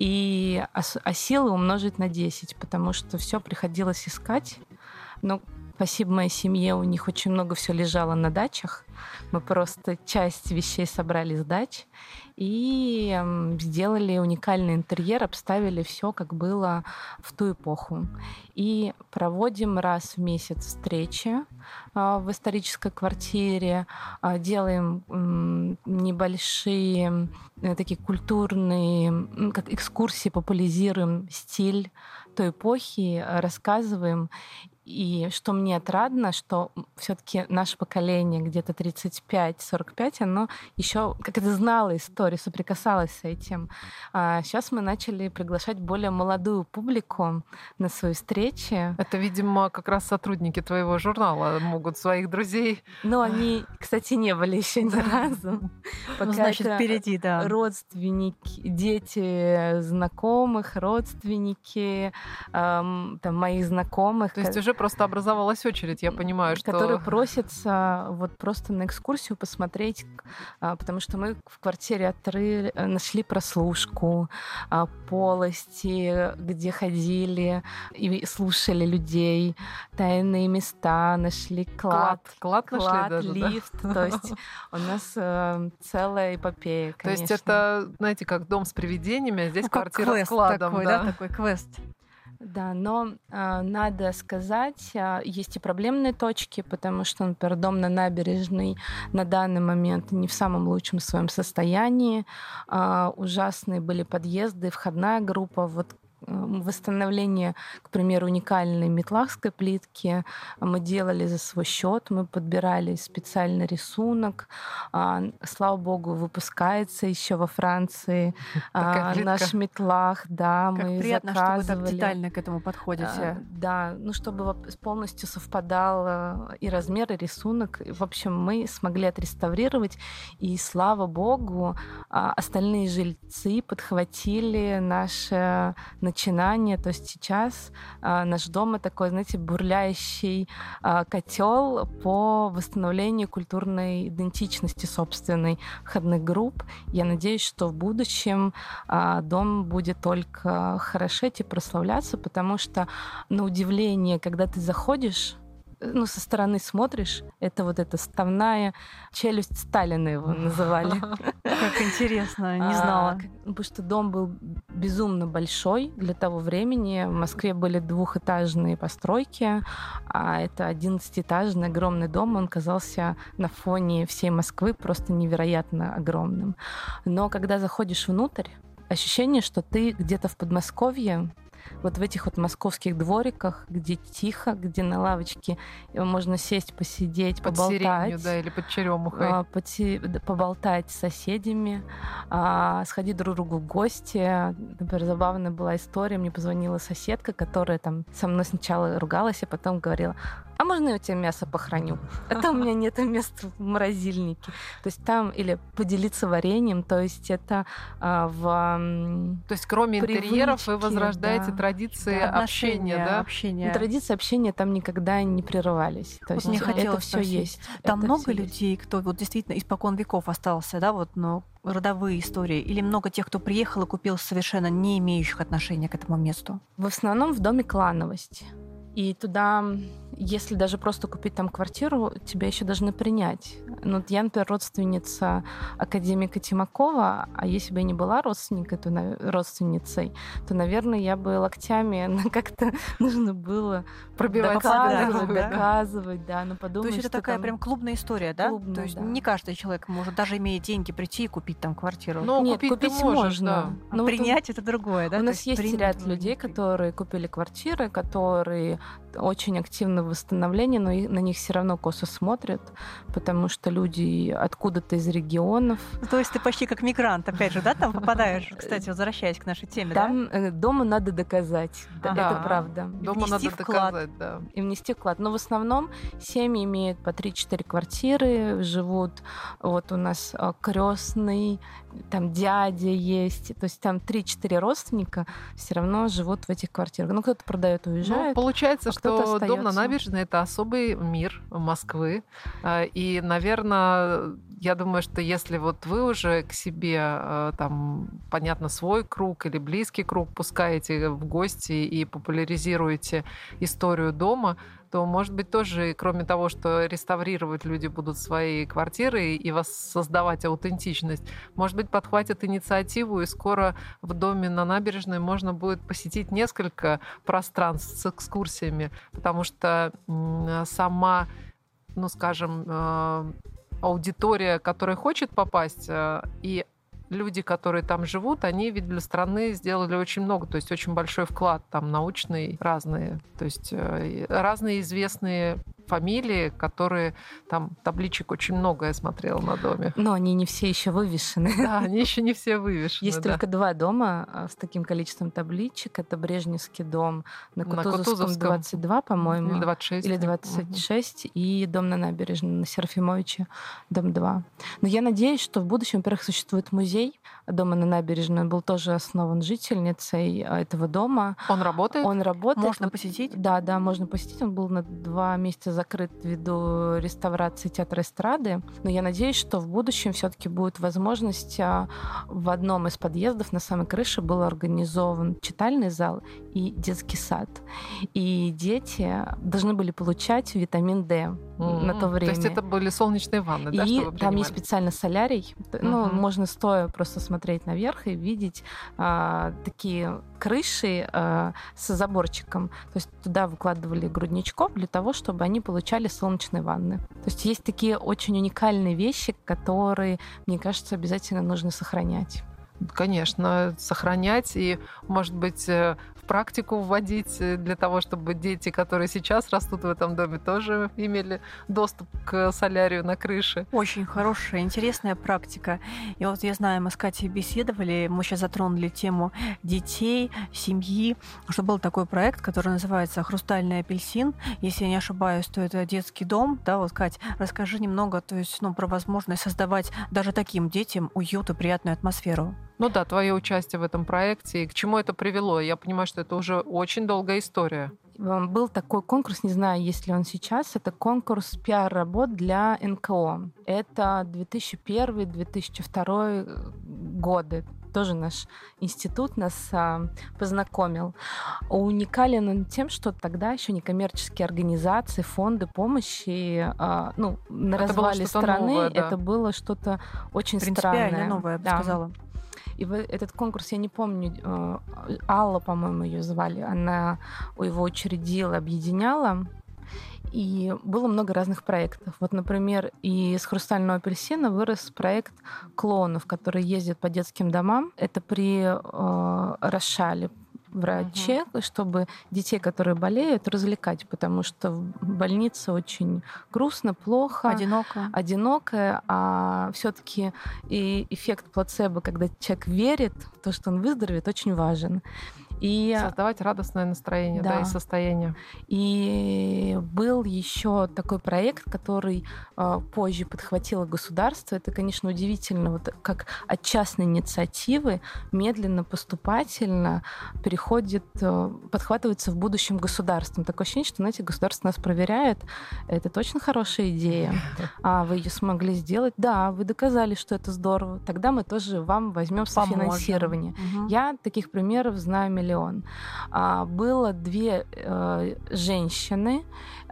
а силы умножить на 10, потому что все приходилось искать. Но Спасибо моей семье, у них очень много все лежало на дачах. Мы просто часть вещей собрали с дач и сделали уникальный интерьер, обставили все, как было в ту эпоху. И проводим раз в месяц встречи в исторической квартире, делаем небольшие такие культурные, как экскурсии, популяризируем стиль той эпохи, рассказываем. И что мне отрадно, что все-таки наше поколение, где-то 35-45, оно еще как это знало историю, соприкасалось с этим. А сейчас мы начали приглашать более молодую публику на свои встречи. Это, видимо, как раз сотрудники твоего журнала могут своих друзей. Но они, кстати, не были еще ни разу. Ну, значит, впереди, да. Родственники, дети знакомых, родственники там, моих знакомых. То есть уже просто образовалась очередь, я понимаю, что... Которые просятся вот просто на экскурсию посмотреть, потому что мы в квартире нашли прослушку, полости, где ходили и слушали людей, тайные места, нашли клад нашли даже, лифт. Да? То есть у нас целая эпопея, конечно. То есть это, знаете, как дом с привидениями, а здесь квартира с кладом. Такой, да, такой квест. Да, но надо сказать, есть и проблемные точки, потому что, например, дом на Набережной на данный момент не в самом лучшем своем состоянии. Ужасные были подъезды, входная группа. Вот восстановление, к примеру, уникальной метлахской плитки мы делали за свой счет, мы подбирали специальный рисунок. Слава богу, выпускается еще во Франции наш метлах, да, как мы приятно, заказывали. что вы так детально к этому подходите. Да, ну чтобы полностью совпадал и размер, и рисунок. В общем, мы смогли отреставрировать, и слава богу, остальные жильцы подхватили наше начинание. То есть сейчас наш дом — это такой, знаете, бурлящий котел по восстановлению культурной идентичности собственной входных групп. Я надеюсь, что в будущем дом будет только хорошеть и прославляться, потому что, на удивление, когда ты заходишь, ну, со стороны смотришь, это вот эта ставная челюсть Сталина его называли. Как интересно, не знала. Потому что дом был безумно большой для того времени. В Москве были двухэтажные постройки, а это 11-этажный огромный дом. Он казался на фоне всей Москвы просто невероятно огромным. Но когда заходишь внутрь, ощущение, что ты где-то в Подмосковье, вот в этих вот московских двориках, где тихо, где на лавочке можно сесть, посидеть, под поболтать. Сиренью, да, или под черемухой. Поболтать с соседями, сходить друг к другу в гости. Например, забавная была история. Мне позвонила соседка, которая там со мной сначала ругалась, а потом говорила: а можно я у тебя мясо похороню? Это у меня нет места в морозильнике. То есть там, или поделиться вареньем, то есть это То есть кроме интерьеров вы возрождаете традиции общения, да? Общения. Традиции общения там никогда не прерывались. То есть мне хотелось это все есть. Там это много людей, кто вот действительно испокон веков остался, да, вот, но родовые истории? Или много тех, кто приехал и купил совершенно не имеющих отношения к этому месту? В основном в доме клановость. И туда, если даже просто купить там квартиру, тебя еще должны принять. Ну, вот я, например, родственница академика Тимакова, а если бы я не была родственницей, то, наверное, я бы локтями как-то нужно было пробивать, доказывать, да. Но подумать, то есть это такая прям клубная история, да? Клубная, то есть да. не каждый человек может, даже имея деньги, прийти и купить там квартиру. Но нет, купить можно. Да. Но принять это другое, да? У нас есть ряд людей, которые купили квартиры, которые очень активны в восстановлении, но на них все равно косо смотрят, потому что люди откуда-то из регионов. То есть ты почти как мигрант, опять же, да, там попадаешь? Кстати, возвращаясь к нашей теме, там, да? Дома надо доказать, это правда. Дома надо доказать, да. И внести вклад. Но в основном семьи имеют по 3-4 квартиры, живут, вот у нас крестный, там дядя есть, то есть там 3-4 родственника все равно живут в этих квартирах. Ну, кто-то продает, уезжает. Ну, получается, что остается. дом на Набережной — это особый мир Москвы. И, наверное, я думаю, что если вот вы уже к себе, там, понятно, свой круг или близкий круг пускаете в гости и популяризируете историю дома, то, может быть, тоже, кроме того, что реставрировать люди будут свои квартиры и воссоздавать аутентичность, может быть, подхватят инициативу, и скоро в доме на набережной можно будет посетить несколько пространств с экскурсиями, потому что сама, ну, скажем, аудитория, которая хочет попасть, и люди, которые там живут, они ведь для страны сделали очень много, то есть очень большой вклад там научный, разные, то есть разные известные фамилии, которые там табличек очень много я смотрела на доме. Но они не все еще вывешены. Да, они еще не все вывешены. Есть только 2 дома с таким количеством табличек. Это Брежневский дом на Кутузовском 22, по-моему. Или 26. Или 26. И дом на набережной на Серафимовиче, дом 2. Но я надеюсь, что в будущем, во-первых, существует музей дома на набережной. Он был тоже основан жительницей этого дома. Он работает? Он работает. Можно посетить? Да, можно посетить. Он был на 2 месяца закрыт ввиду реставрации театра эстрады. Но я надеюсь, что в будущем все-таки будет возможность в одном из подъездов на самой крыше был организован читальный зал и детский сад. И дети должны были получать витамин D на то время. То есть это были солнечные ванны, да? И там есть специально солярий. Ну, можно стоя просто смотреть наверх и видеть такие крыши с заборчиком. То есть туда выкладывали грудничков для того, чтобы они получали солнечные ванны. То есть есть такие очень уникальные вещи, которые, мне кажется, обязательно нужно сохранять. Конечно, сохранять и, может быть, в практику вводить для того, чтобы дети, которые сейчас растут в этом доме, тоже имели доступ к солярию на крыше. Очень хорошая, интересная практика. И вот я знаю, мы с Катей беседовали, мы сейчас затронули тему детей, семьи, что был такой проект, который называется «Хрустальный апельсин». Если я не ошибаюсь, то это детский дом. Да, вот, Кать, расскажи немного, то есть, про возможность создавать даже таким детям уют и приятную атмосферу. Ну да, твое участие в этом проекте. И к чему это привело? Я понимаю, что это уже очень долгая история. Был такой конкурс, не знаю, есть ли он сейчас, это конкурс пиар-работ для НКО. Это 2001-2002 годы. Тоже наш институт нас познакомил. Уникален он тем, что тогда еще некоммерческие организации, фонды помощи на развале страны, новое, да. Это было что-то очень принципиально странное. новое, я бы сказала. И этот конкурс, я не помню, Алла, по-моему, ее звали, она его учредила, объединяла. И было много разных проектов. Вот, например, из «Хрустального апельсина» вырос проект клоунов, которые ездят по детским домам. Это при Рошале, враче, чтобы детей, которые болеют, развлекать, потому что в больнице очень грустно, плохо, одиноко, а все-таки и эффект плацебо, когда человек верит в то, что он выздоровеет, очень важен. И создавать радостное настроение, да, и состояние. И был еще такой проект, который позже подхватило государство. Это, конечно, удивительно, вот как от частной инициативы медленно, поступательно подхватывается в будущем государством. Такое ощущение, что, знаете, государство нас проверяет. Это точно хорошая идея. Вы ее смогли сделать? Да, вы доказали, что это здорово. Тогда мы тоже вам возьмем софинансирование. Я таких примеров знаю миллион. Было 2 женщины,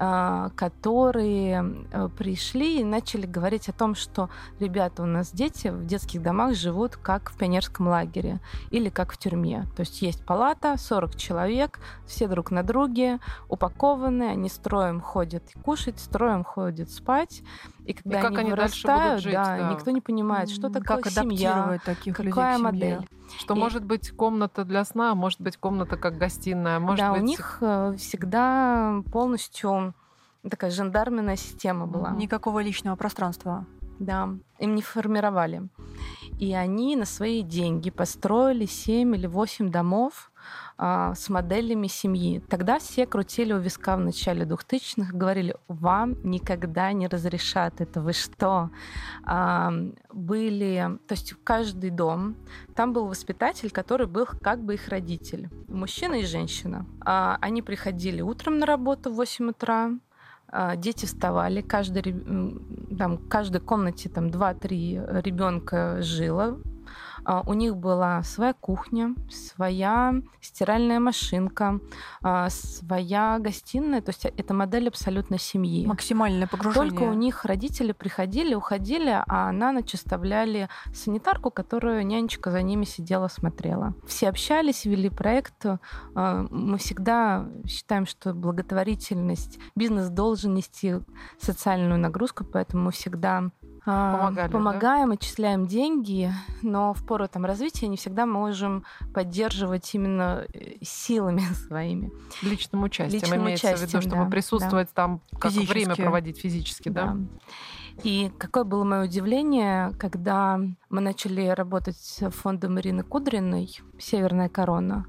которые пришли и начали говорить о том, что, ребята, у нас дети в детских домах живут как в пионерском лагере или как в тюрьме. То есть есть палата, 40 человек, все друг на друге, упакованы, они строем ходят кушать, строем ходят спать. И когда они вырастают, жить, никто не понимает, что такое как семья, таких какая людей модель. Что может быть комната для сна, может быть комната как гостиная. Может быть... у них всегда полностью такая жандарменная система была. Никакого личного пространства. Да, им не формировали. И они на свои деньги построили 7 или 8 домов с моделями семьи. Тогда все крутили у виска в начале 2000-х, говорили, вам никогда не разрешат это, вы что? То есть каждый дом, там был воспитатель, который был как бы их родитель, мужчина и женщина. Они приходили утром на работу в 8 утра, дети вставали, в каждой комнате 2-3 ребенка жило. У них была своя кухня, своя стиральная машинка, своя гостиная. То есть это модель абсолютно семьи. Максимальное погружение. Только у них родители приходили, уходили, а на ночь оставляли санитарку, которую нянечка за ними сидела, смотрела. Все общались, вели проект. Мы всегда считаем, что благотворительность, бизнес должен нести социальную нагрузку, поэтому мы всегда помогаем, отчисляем деньги, но в пору развития не всегда можем поддерживать именно силами своими. Личным участием имеется в виду, чтобы присутствовать там, как время проводить физически, да? И какое было мое удивление, когда мы начали работать с фондом Ирины Кудриной «Северная корона».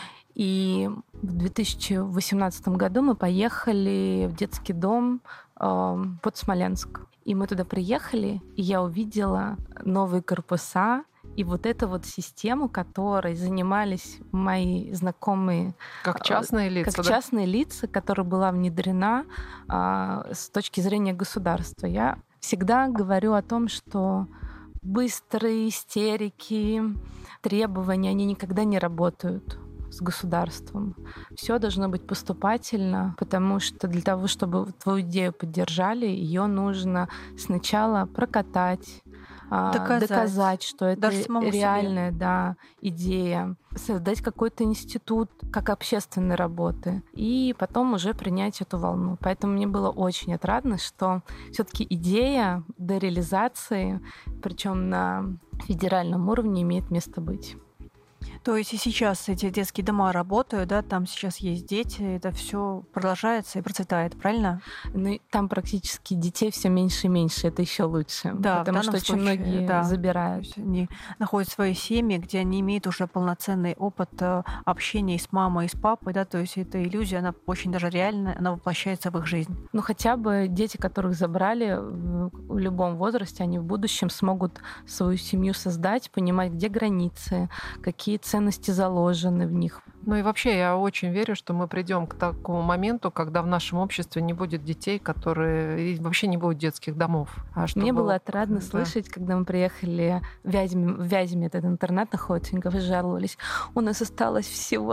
И в 2018 году мы поехали в детский дом под Смоленск. И мы туда приехали, и я увидела новые корпуса, и вот эту вот систему, которой занимались мои знакомые... Как частные лица, как частные лица, которая была внедрена с точки зрения государства. Я всегда говорю о том, что быстрые истерики, требования, они никогда не работают с государством. Все должно быть поступательно, потому что для того, чтобы твою идею поддержали, ее нужно сначала прокатать, доказать, что это реальная идея, создать какой-то институт как общественной работы, и потом уже принять эту волну. Поэтому мне было очень отрадно, что все-таки идея до реализации, причем на федеральном уровне, имеет место быть. То есть и сейчас эти детские дома работают, да, там сейчас есть дети, это все продолжается и процветает, правильно? Ну, там практически детей все меньше и меньше, это еще лучше, да, потому что очень многие забирают. Они находят свои семьи, где они имеют уже полноценный опыт общения и с мамой, и с папой, да, то есть эта иллюзия, она очень даже реальная, она воплощается в их жизнь. Ну, хотя бы дети, которых забрали в любом возрасте, они в будущем смогут свою семью создать, понимать, где границы, какие ценности заложены в них. Ну и вообще я очень верю, что мы придем к такому моменту, когда в нашем обществе не будет детей, которые... И вообще не будет детских домов. Мне было отрадно слышать, когда мы приехали в Вязьме, этот интернат находится, они жаловались, у нас осталось всего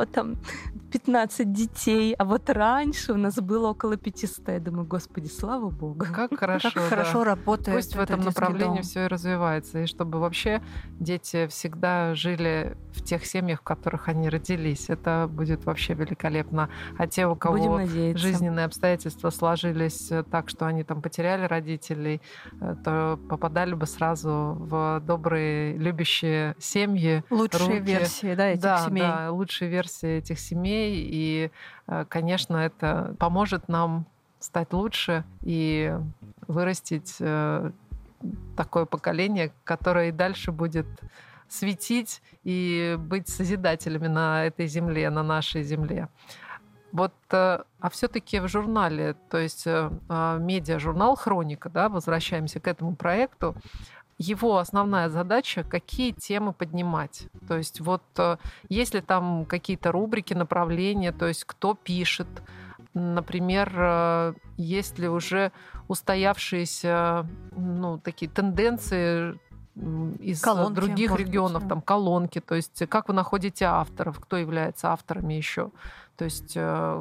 15 детей, а вот раньше у нас было около 500. Я думаю, Господи, слава Богу. Как хорошо, как хорошо работает. Пусть в этом направлении все и развивается, и чтобы вообще дети всегда жили в тех семьях, в которых они родились. Это будет вообще великолепно. А те, у кого жизненные обстоятельства сложились так, что они там потеряли родителей, то попадали бы сразу в добрые, любящие семьи. Лучшие версии, да, этих семей. Да, лучшие версии этих семей. И, конечно, это поможет нам стать лучше и вырастить такое поколение, которое и дальше будет светить и быть созидателями на этой земле, на нашей земле. Вот, а все-таки в журнале, то есть медиа-журнал «Хроника», да, возвращаемся к этому проекту, его основная задача — какие темы поднимать. То есть вот есть ли там какие-то рубрики, направления, то есть кто пишет, например, есть ли уже устоявшиеся такие тенденции из других регионов, быть, там колонки, то есть как вы находите авторов, кто является авторами еще, то есть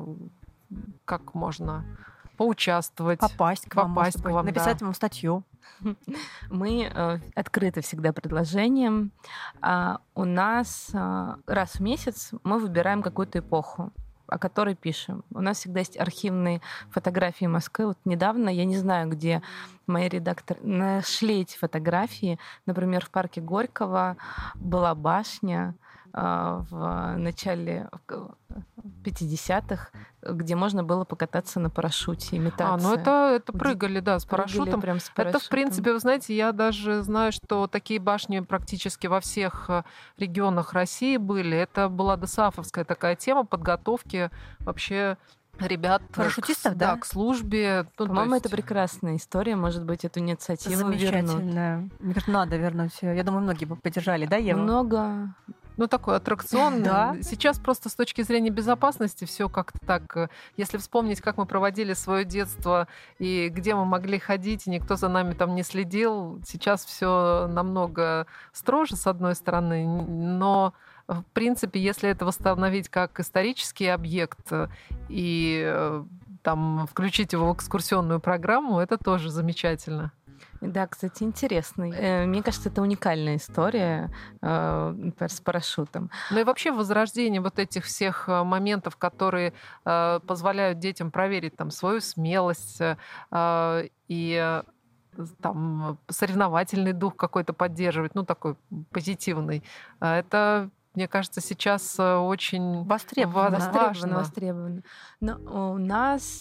как можно поучаствовать, попасть к вам, написать вам статью. Мы открыты всегда предложением. У нас раз в месяц мы выбираем какую-то эпоху, о которой пишем. У нас всегда есть архивные фотографии Москвы. Вот недавно, я не знаю, где мои редакторы нашли эти фотографии. Например, в парке Горького была башня в начале 50-х, где можно было покататься на парашюте, имитация. Это прыгали, да, с парашютом. Прям с парашютом. Это, в принципе, вы знаете, я даже знаю, что такие башни практически во всех регионах России были. Это была досаафовская такая тема подготовки вообще ребят, парашютистов, к службе. По-моему, это прекрасная история. Может быть, эту инициативу замечательная. вернуть. Мне кажется, надо вернуть. Я думаю, многие бы поддержали, да, Ева? Много Ну, такой аттракцион. Да. Сейчас просто с точки зрения безопасности все как-то так. Если вспомнить, как мы проводили свое детство и где мы могли ходить, и никто за нами там не следил, сейчас все намного строже, с одной стороны, но в принципе, если это восстановить как исторический объект и там включить его в экскурсионную программу, это тоже замечательно. Да, кстати, интересный. Мне кажется, это уникальная история с парашютом. Ну и вообще возрождение вот этих всех моментов, которые позволяют детям проверить там свою смелость и там соревновательный дух какой-то поддерживать, ну такой позитивный. Это, мне кажется, сейчас очень востребовано. Но у нас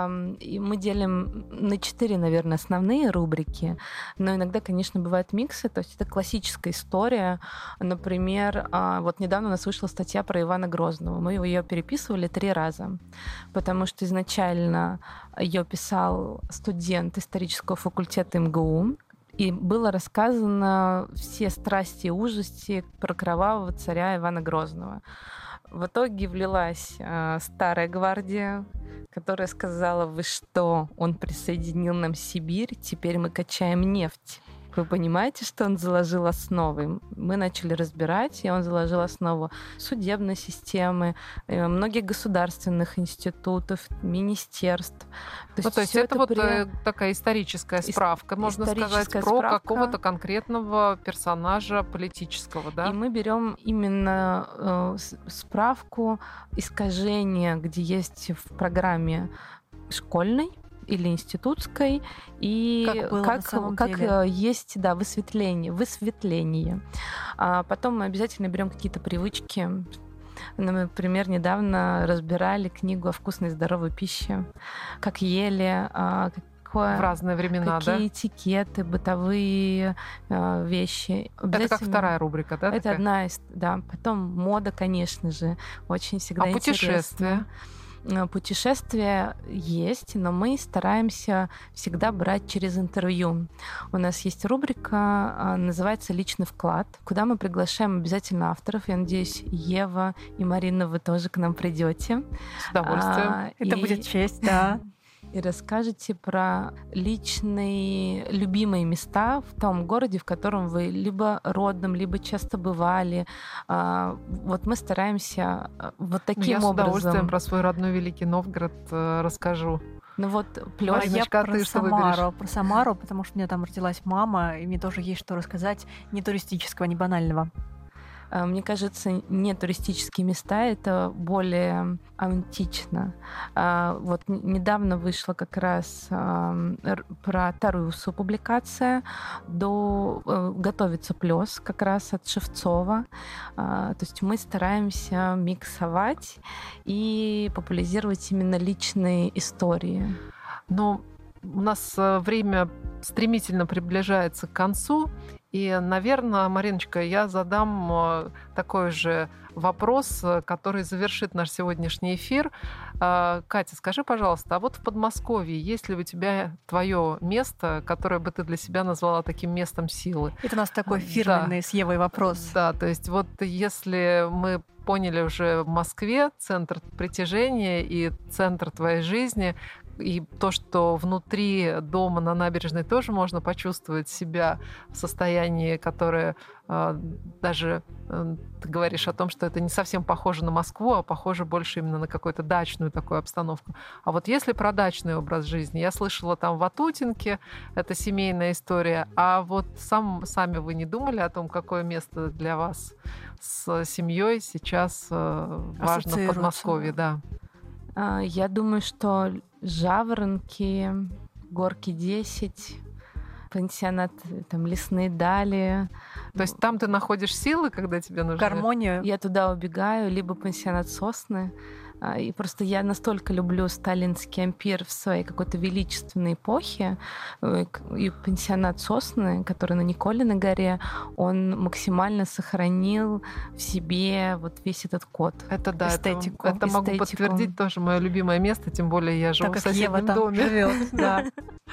мы делим на 4, наверное, основные рубрики, но иногда, конечно, бывают миксы, то есть это классическая история. Например, вот недавно у нас вышла статья про Ивана Грозного. Мы ее переписывали 3 раза, потому что изначально ее писал студент исторического факультета МГУ, и было рассказано все страсти и ужасы про кровавого царя Ивана Грозного. В итоге влилась старая гвардия, которая сказала: вы что, он присоединил нам Сибирь, теперь мы качаем нефть. Вы понимаете, что он заложил основы? Мы начали разбирать, и он заложил основу судебной системы, многих государственных институтов, министерств. То есть это вот такая историческая справка, можно сказать, про какого-то конкретного персонажа политического, да? И мы берем именно справку искажения, где есть в программе школьной или институтской, и как есть, да, высветление. А потом мы обязательно берем какие-то привычки. Например, недавно разбирали книгу о вкусной и здоровой пище, как ели, в разные времена, какие этикеты, бытовые вещи. Это как вторая рубрика, да? Это такая? одна из, да. Потом мода, конечно же, очень всегда интересно. Путешествия? Путешествия есть, но мы стараемся всегда брать через интервью. У нас есть рубрика, называется «Личный вклад», куда мы приглашаем обязательно авторов. Я надеюсь, Ева и Марина, вы тоже к нам придете. С удовольствием. Это будет честь, да. И расскажете про личные любимые места в том городе, в котором вы либо родом, либо часто бывали. Вот мы стараемся вот таким образом. Я с удовольствием про свой родной Великий Новгород расскажу. Ну вот, Мариночка, про Самару, потому что у меня там родилась мама, и мне тоже есть что рассказать не туристического, не банального. Мне кажется, не туристические места, это более антично. Вот недавно вышла как раз про Тарусу публикация, готовится плёс как раз от Шевцова. То есть мы стараемся миксовать и популяризировать именно личные истории. Но у нас время стремительно приближается к концу. И, наверное, Мариночка, я задам такой же вопрос, который завершит наш сегодняшний эфир. Катя, скажи, пожалуйста, а вот в Подмосковье есть ли у тебя твое место, которое бы ты для себя назвала таким местом силы? Это у нас такой фирменный с Евой вопрос. Да, то есть вот если мы поняли уже в Москве центр притяжения и центр твоей жизни, и то, что внутри дома на набережной тоже можно почувствовать себя в состоянии, которое даже ты говоришь о том, что это не совсем похоже на Москву, а похоже больше именно на какую-то дачную такую обстановку. А вот если про дачный образ жизни, я слышала там в Ватутинке, это семейная история, а вот сами вы не думали о том, какое место для вас с семьей сейчас важно в Подмосковье? Да. Я думаю, что Жаворонки, Горки 10, пансионат, там, Лесные дали. То есть там ты находишь силы, когда тебе нужно? Гармонию. Я туда убегаю, либо пансионат Сосны. И просто я настолько люблю сталинский ампир в своей какой-то величественной эпохе. И пансионат Сосны, который на Николиной горе, он максимально сохранил в себе вот весь этот код. Это да, эстетику. Это могу подтвердить, тоже мое любимое место, тем более я живу в соседнем доме. Да.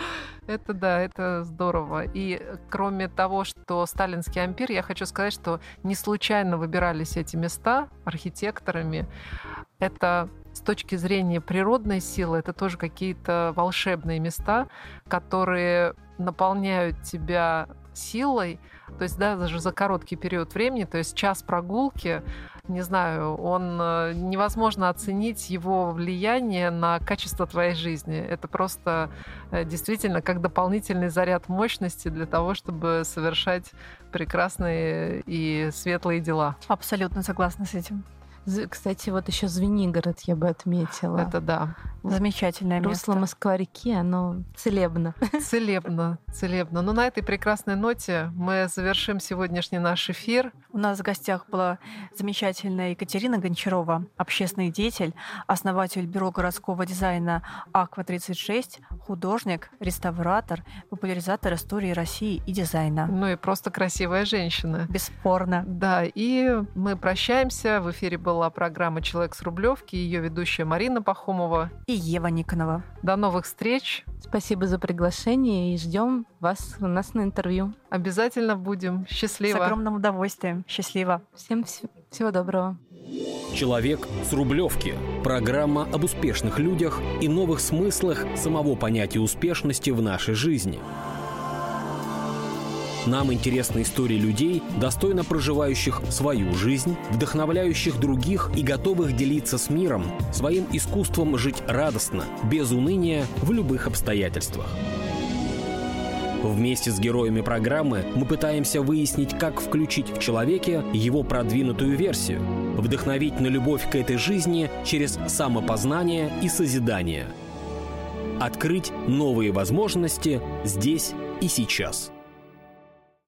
Это да, это здорово. И кроме того, что сталинский ампир, я хочу сказать, что не случайно выбирались эти места архитекторами. Это с точки зрения природной силы, это тоже какие-то волшебные места, которые наполняют тебя силой, то есть, да, даже за короткий период времени, то есть час прогулки, не знаю, невозможно оценить его влияние на качество твоей жизни. Это просто действительно как дополнительный заряд мощности для того, чтобы совершать прекрасные и светлые дела. Абсолютно согласна с этим. Кстати, вот еще Звенигород я бы отметила. Это да. Замечательное место. Русло Москва-реки, оно целебно. Целебно. Но на этой прекрасной ноте мы завершим сегодняшний наш эфир. У нас в гостях была замечательная Екатерина Гончарова, общественный деятель, основатель бюро городского дизайна «Аква-36», художник, реставратор, популяризатор истории России и дизайна. Ну и просто красивая женщина. Бесспорно. Да, и мы прощаемся. В эфире была программа «Человек с Рублевки», ее ведущая Марина Пахомова и Ева Никонова. До новых встреч. Спасибо за приглашение и ждем вас у нас на интервью. Обязательно будем. Счастливо. С огромным удовольствием. Счастливо. Всем всего доброго. «Человек с Рублевки» – программа об успешных людях и новых смыслах самого понятия успешности в нашей жизни. Нам интересны истории людей, достойно проживающих свою жизнь, вдохновляющих других и готовых делиться с миром своим искусством жить радостно, без уныния, в любых обстоятельствах. Вместе с героями программы мы пытаемся выяснить, как включить в человеке его продвинутую версию, вдохновить на любовь к этой жизни через самопознание и созидание, открыть новые возможности здесь и сейчас.